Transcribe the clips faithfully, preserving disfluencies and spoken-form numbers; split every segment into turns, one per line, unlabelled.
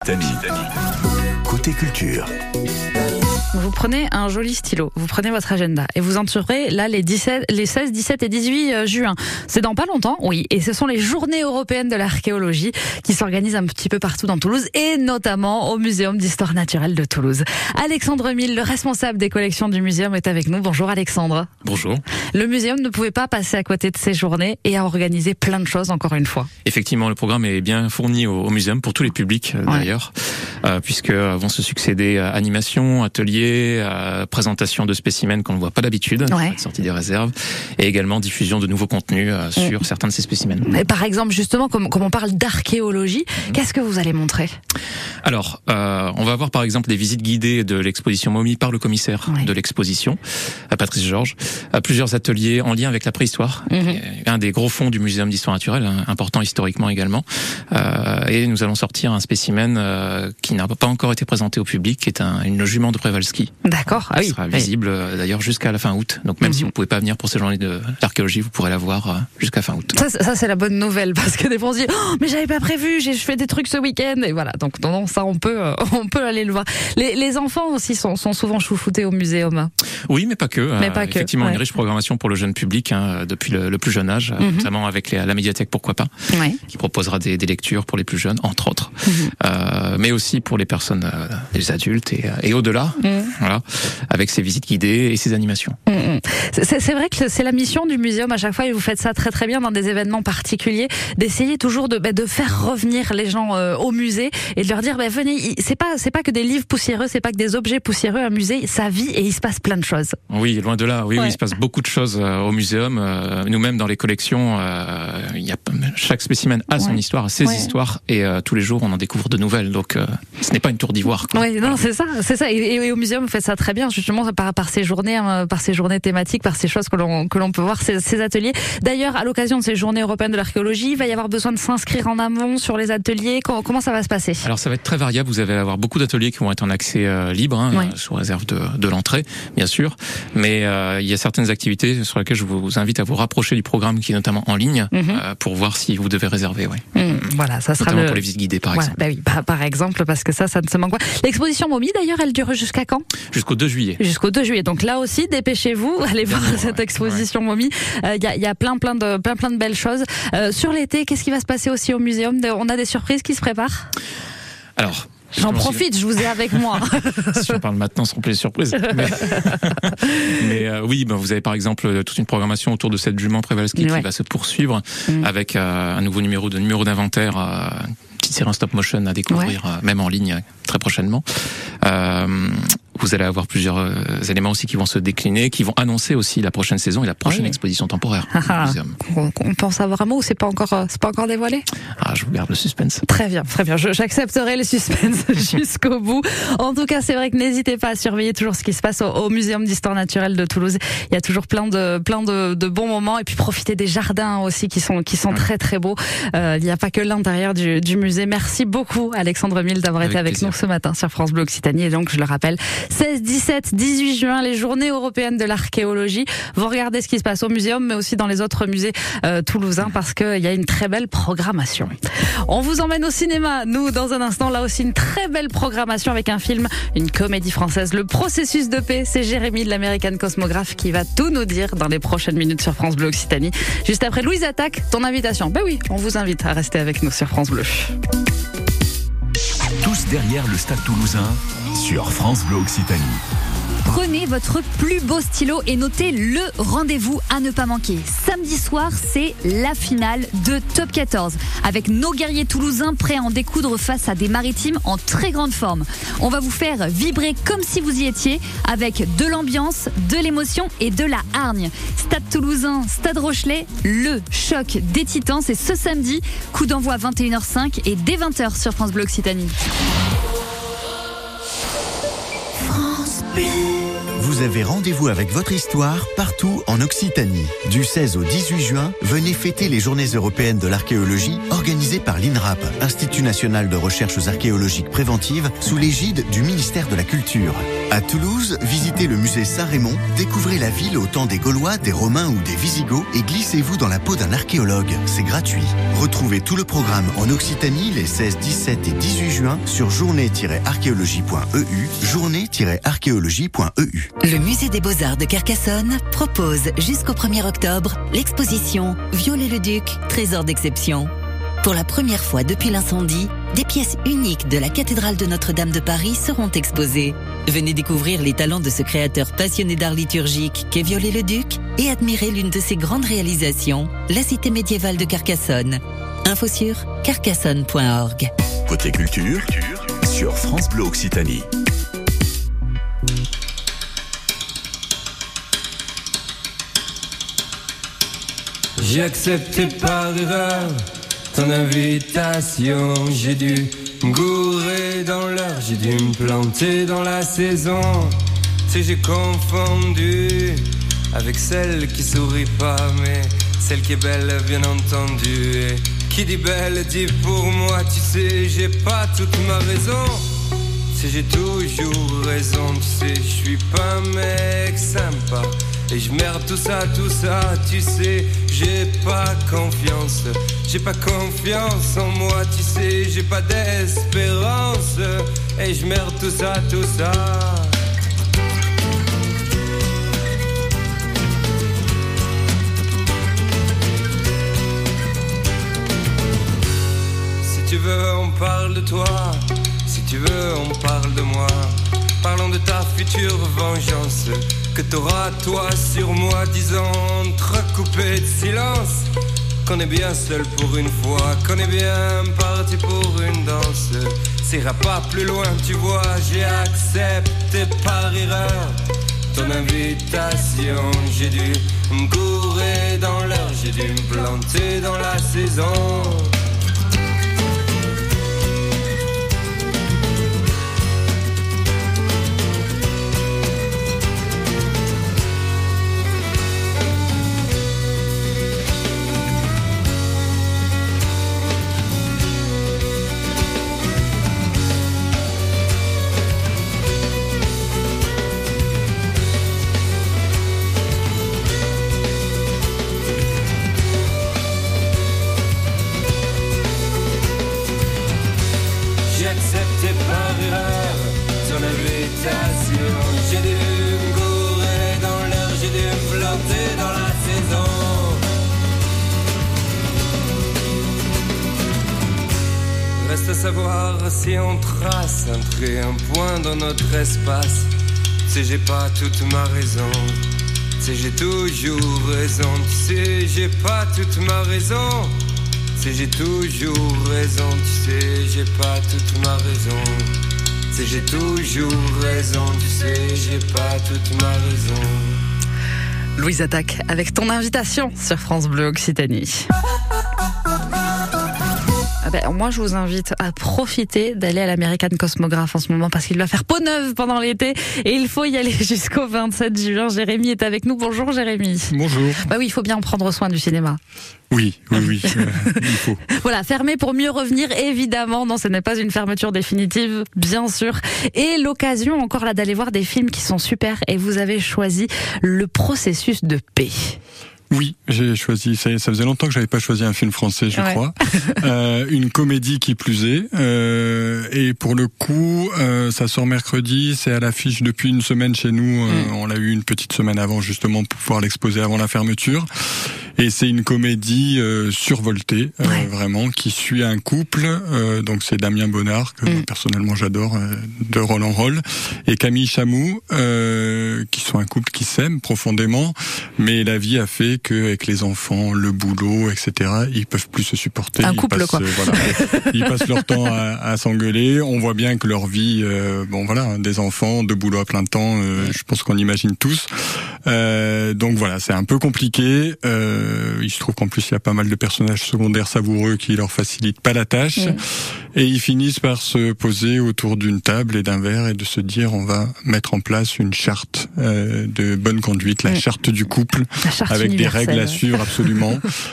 Occitanie. Côté culture.
Vous prenez un joli stylo, vous prenez votre agenda et vous entourez là les, dix-sept, les seize, dix-sept et dix-huit juin. C'est dans pas longtemps, oui, et ce sont les journées européennes de l'archéologie qui s'organisent un petit peu partout dans Toulouse et notamment au Muséum d'histoire naturelle de Toulouse. Alexandre Mille, le responsable des collections du muséum, est avec nous. Bonjour Alexandre.
Bonjour.
Le muséum ne pouvait pas passer à côté de ces journées et a organisé plein de choses encore une fois.
Effectivement, le programme est bien fourni au, au muséum pour tous les publics euh,
ouais.
d'ailleurs, euh, puisque vont se succéder euh, animations, ateliers, euh, présentation de spécimens qu'on ne voit pas d'habitude,
ouais.
sortie des réserves, et également diffusion de nouveaux contenus euh, sur mmh. certains de ces spécimens.
Et par exemple, justement, comme, comme on parle d'archéologie, mmh. qu'est-ce que vous allez montrer ?
Alors, euh, on va avoir par exemple des visites guidées de l'exposition Momie par le commissaire ouais. de l'exposition, à Patrice Georges, à plusieurs ateliers en lien avec la préhistoire, mmh. un des gros fonds du Muséum d'histoire naturelle, hein, important historiquement également, euh, et nous allons sortir un spécimen euh, qui n'a pas encore été présenté au public, qui est un, une jument de Przewalski.
D'accord. Ah oui.
Qui sera visible oui. d'ailleurs jusqu'à la fin août. Donc même mmh. si vous pouvez pas venir pour ces journées de l'archéologie, vous pourrez la voir jusqu'à fin août.
Ça, ça c'est la bonne nouvelle parce que des fois on se dit oh, mais j'avais pas prévu, j'ai fait des trucs ce week-end et voilà. Donc non, non ça on peut euh, on peut aller le voir. Les, les enfants aussi sont, sont souvent chouchoutés au muséum.
Oui, mais pas que.
Mais pas
euh,
que.
Effectivement,
ouais.
une riche programmation pour le jeune public hein, depuis le, le plus jeune âge, mmh. notamment avec les, la médiathèque Pourquoi pas,
ouais.
qui proposera des, des lectures pour les plus jeunes, entre autres, mmh. euh, mais aussi pour les personnes, euh, les adultes et, et au-delà. Mmh. Voilà, avec ses visites guidées et ses animations.
Mmh. C'est, c'est vrai que c'est la mission du muséum à chaque fois et vous faites ça très très bien dans des événements particuliers, d'essayer toujours de, bah, de faire revenir les gens euh, au musée et de leur dire bah, venez, c'est pas c'est pas que des livres poussiéreux, c'est pas que des objets poussiéreux, un musée, ça vit et il se passe plein de choses.
Oui, loin de là. Oui, ouais. oui il se passe beaucoup de choses euh, au muséum. Euh, nous-mêmes dans les collections, euh, il y a chaque spécimen a son ouais. histoire, a ses ouais. histoires et euh, tous les jours on en découvre de nouvelles. Donc euh, ce n'est pas une tour d'ivoire.
Oui, non, c'est ça, c'est ça. Et, et au muséum, vous faites ça très bien, justement par par ces journées, hein, par ces journées thématiques, par ces choses que l'on que l'on peut voir, ces, ces ateliers. D'ailleurs, à l'occasion de ces journées européennes de l'archéologie, il va y avoir besoin de s'inscrire en amont sur les ateliers. Comment, comment ça va se passer ?
Alors ça va être très variable. Vous allez avoir beaucoup d'ateliers qui vont être en accès euh, libre, hein, ouais. euh, sous réserve de, de l'entrée, bien sûr. Mais euh, il y a certaines activités sur lesquelles je vous invite à vous rapprocher du programme, qui est notamment en ligne, mm-hmm. euh, pour voir si vous devez réserver. Ouais.
Mm, voilà, ça sera
notamment
le...
pour les visites guidées, par
voilà,
exemple.
Bah oui, bah, par exemple, parce que ça, ça ne se manque pas. L'exposition Momie, d'ailleurs, elle dure jusqu'à quand ?
Jusqu'au deux juillet.
Jusqu'au deux juillet. Donc là aussi, dépêchez-vous, allez voir ouais, cette exposition ouais. Momie. Il euh, y, a, y a plein, plein de, plein, plein de belles choses. Euh, sur l'été, qu'est-ce qui va se passer aussi au muséum ? On a des surprises qui se préparent ?
Alors.
J'en profite, je vous ai avec moi.
Si on parle maintenant, ce seront plus des surprises. Mais, mais euh, oui, ben vous avez par exemple toute une programmation autour de cette jument Przewalski ouais. qui va se poursuivre mmh. avec euh, un nouveau numéro de numéro d'inventaire, euh, petite série en stop motion à découvrir, ouais. euh, même en ligne très prochainement. Euh, Vous allez avoir plusieurs euh, éléments aussi qui vont se décliner, qui vont annoncer aussi la prochaine saison et la prochaine oui. exposition temporaire du muséum.
On, on peut en savoir un mot ou c'est pas encore, euh, c'est pas encore dévoilé ?
Ah, je vous garde le suspense.
Très bien, très bien. Je, j'accepterai le suspense jusqu'au bout. En tout cas, c'est vrai que n'hésitez pas à surveiller toujours ce qui se passe au, au Muséum d'histoire naturelle de Toulouse. Il y a toujours plein de, plein de, de bons moments et puis profitez des jardins aussi qui sont, qui sont ouais. très très beaux. Euh, il n'y a pas que l'intérieur du, du musée. Merci beaucoup Alexandre Mille d'avoir avec été avec plaisir. Nous ce matin sur France Bleu Occitanie. Et donc, je le rappelle, seize, dix-sept, dix-huit juin, les journées européennes de l'archéologie. Vous regardez ce qui se passe au muséum, mais aussi dans les autres musées euh, toulousains, parce qu'il y a une très belle programmation. On vous emmène au cinéma, nous, dans un instant. Là aussi, une très belle programmation avec un film, une comédie française, Le Processus de paix. C'est Jérémy de l'American Cosmographe qui va tout nous dire dans les prochaines minutes sur France Bleu Occitanie. Juste après Louise Attaque, ton invitation. Ben oui, on vous invite à rester avec nous sur France Bleu.
Tous derrière le Stade Toulousain sur France Bleu Occitanie.
Prenez votre plus beau stylo et notez le rendez-vous à ne pas manquer. Samedi soir, c'est la finale de Top quatorze. Avec nos guerriers toulousains prêts à en découdre face à des maritimes en très grande forme. On va vous faire vibrer comme si vous y étiez, avec de l'ambiance, de l'émotion et de la hargne. Stade Toulousain, Stade Rochelet, le choc des titans. C'est ce samedi, coup d'envoi vingt et une heures cinq et dès vingt heures sur France Bleu Occitanie.
France Bleu. Vous
vous avez rendez-vous avec votre histoire partout en Occitanie. Du seize au dix-huit juin, venez fêter les Journées européennes de l'archéologie organisées par l'INRAP, Institut national de recherches archéologiques préventives, sous l'égide du ministère de la Culture. À Toulouse, visitez le musée Saint-Rémy, découvrez la ville au temps des Gaulois, des Romains ou des Visigoths et glissez-vous dans la peau d'un archéologue. C'est gratuit. Retrouvez tout le programme en Occitanie les seize, dix-sept et dix-huit juin sur journée tiret archéologie point e u, journée tiret archéologie point e u.
Le musée des Beaux-Arts de Carcassonne propose jusqu'au premier octobre l'exposition Viollet-le-Duc, trésor d'exception. Pour la première fois depuis l'incendie, des pièces uniques de la cathédrale de Notre-Dame de Paris seront exposées. Venez découvrir les talents de ce créateur passionné d'art liturgique qu'est Viollet-le-Duc et admirer l'une de ses grandes réalisations, la cité médiévale de Carcassonne. Info sur carcassonne point org.
Côté culture, sur France Bleu Occitanie.
J'ai accepté par erreur ton invitation, j'ai dû me gourer dans l'heure, j'ai dû me planter dans la saison. Tu sais, j'ai confondu avec celle qui sourit pas, mais celle qui est belle, bien entendu. Et qui dit belle dit pour moi, tu sais, j'ai pas toute ma raison. Tu sais, j'ai toujours raison, tu sais, je suis pas un mec sympa. Et je merde tout ça, tout ça, tu sais, j'ai pas confiance. J'ai pas confiance en moi, tu sais, j'ai pas d'espérance. Et je merde tout ça, tout ça. Si tu veux, on parle de toi. Si tu veux, on parle de moi. Parlons de ta future vengeance que t'auras toi sur moi, disant entrecoupé de silence qu'on est bien seul pour une fois, qu'on est bien parti pour une danse. Ça ira pas plus loin, tu vois, j'ai accepté par erreur ton invitation. J'ai dû me gourer dans l'heure, j'ai dû me planter dans la saison. Reste à savoir si on trace un trait, un point dans notre espace. Tu sais, j'ai pas toute ma raison. Tu sais, j'ai toujours raison. Tu sais, j'ai pas toute ma raison. Tu sais, j'ai toujours raison. Tu sais, j'ai pas toute ma raison. Tu sais, j'ai toujours raison. Tu sais, j'ai pas toute ma raison.
Louise Attaque avec ton invitation sur France Bleu Occitanie. Ben, moi, je vous invite à profiter d'aller à l'American Cosmograph en ce moment parce qu'il va faire peau neuve pendant l'été et il faut y aller jusqu'au vingt-sept juin. Jérémy est avec nous. Bonjour Jérémy.
Bonjour.
Bah oui, il faut bien prendre soin du cinéma.
Oui, oui, oui, euh, il faut.
Voilà, fermer pour mieux revenir, évidemment. Non, ce n'est pas une fermeture définitive, bien sûr. Et l'occasion encore là d'aller voir des films qui sont super et vous avez choisi Le processus de paix.
Oui, j'ai choisi, ça, ça faisait longtemps que j'avais pas choisi un film français, je ouais. crois. Euh, une comédie qui plus est. Euh, et pour le coup, euh, ça sort mercredi, c'est à l'affiche depuis une semaine chez nous. Euh, mm. On l'a eu une petite semaine avant, justement, pour pouvoir l'exposer avant la fermeture. Et c'est une comédie euh, survoltée, euh, ouais. vraiment, qui suit un couple. Euh, donc c'est Damien Bonnard, que mm. personnellement j'adore, euh, de Rôle en Rôle, et Camille Chamou, euh, qui sont un couple qui s'aiment profondément, mais la vie a fait qu'avec les enfants, le boulot, et cetera, ils peuvent plus se supporter.
Un
ils
couple,
passent,
quoi.
Euh, voilà, ils passent leur temps à, à s'engueuler. On voit bien que leur vie, euh, bon voilà, des enfants, de boulot à plein temps, euh, je pense qu'on imagine tous. Euh, donc voilà, c'est un peu compliqué. Euh, il se trouve qu'en plus il y a pas mal de personnages secondaires savoureux qui leur facilitent pas la tâche. Mmh. Et ils finissent par se poser autour d'une table et d'un verre et de se dire on va mettre en place une charte euh, de bonne conduite, la mmh. charte du couple, charte avec des règles à suivre absolument.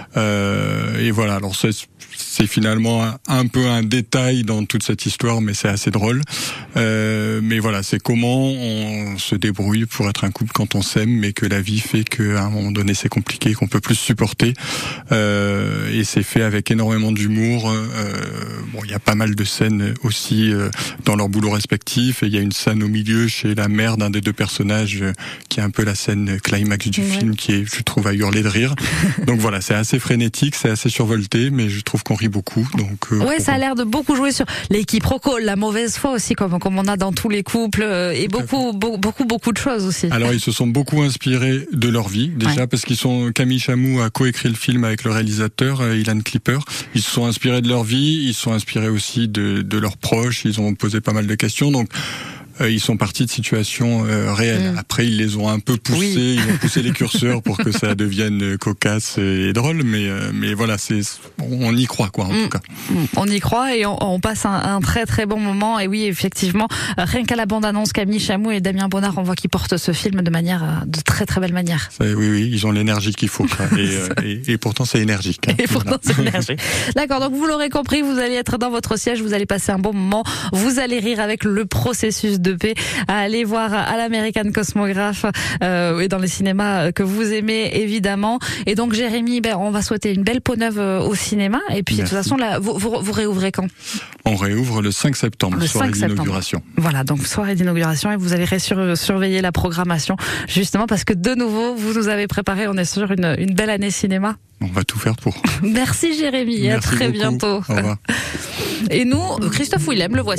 euh, et voilà, alors c'est, c'est finalement un, un peu un détail dans toute cette histoire, mais c'est assez drôle. Euh, mais voilà, c'est comment on se débrouille pour être un couple quand on s'aime, mais que la vie fait qu'à un moment donné c'est compliqué, qu'on peut plus supporter. Euh, et c'est fait avec énormément d'humour. Euh, bon, il y a pas mal de scènes aussi euh, dans leurs boulots respectifs. Et il y a une scène au milieu chez la mère d'un des deux personnages euh, qui est un peu la scène climax du ouais. film, qui est, je trouve, à hurler de rire. Donc voilà, c'est assez frénétique, c'est assez survolté, mais je trouve qu'on rit beaucoup. Donc euh,
ouais, ça a l'air de beaucoup jouer sur les quiproquos, la mauvaise foi aussi, comme comme on a dans tous les couples, euh, et beaucoup, beaucoup, beaucoup, beaucoup de choses aussi.
Alors ils se sont beaucoup inspirés de leur vie déjà, ouais. parce qu'ils sont Camille Chamou a coécrit le film avec le réalisateur euh, Ilan Clipper. Ils se sont inspirés de leur vie, ils se sont inspirés aussi de, de leurs proches. Ils ont posé pas mal de questions. Donc Euh, ils sont partis de situations euh, réelles. Mmh. Après, ils les ont un peu poussés, oui. ils ont poussé les curseurs pour que ça devienne cocasse et drôle. Mais euh, mais voilà, c'est on y croit quoi en mmh. tout cas.
Mmh. On y croit et on, on passe un, un très très bon moment. Et oui, effectivement, rien qu'à la bande-annonce, Camille Chamou et Damien Bonnard, on voit qu'ils portent ce film de manière de très très belle manière.
Ça, oui oui, ils ont l'énergie qu'il faut. Quoi. Et, euh, et, et pourtant c'est énergique. Hein.
Et pourtant c'est énergique. D'accord. Donc vous l'aurez compris, vous allez être dans votre siège, vous allez passer un bon moment, vous allez rire avec le processus de paix, à aller voir à l'American Cosmographe euh, et dans les cinémas que vous aimez évidemment. Et donc Jérémy, ben, on va souhaiter une belle peau neuve au cinéma. Et puis Merci. De toute façon, là, vous, vous, vous réouvrez quand ?
On réouvre le cinq septembre, le soirée cinq d'inauguration. Septembre.
Voilà, donc soirée d'inauguration et vous allez sur, surveiller la programmation justement parce que de nouveau, vous nous avez préparé, on est sur une, une belle année cinéma.
On va tout faire pour.
Merci Jérémy, et à très
beaucoup.
bientôt.
Au revoir.
Et nous, Christophe Willem, le voici.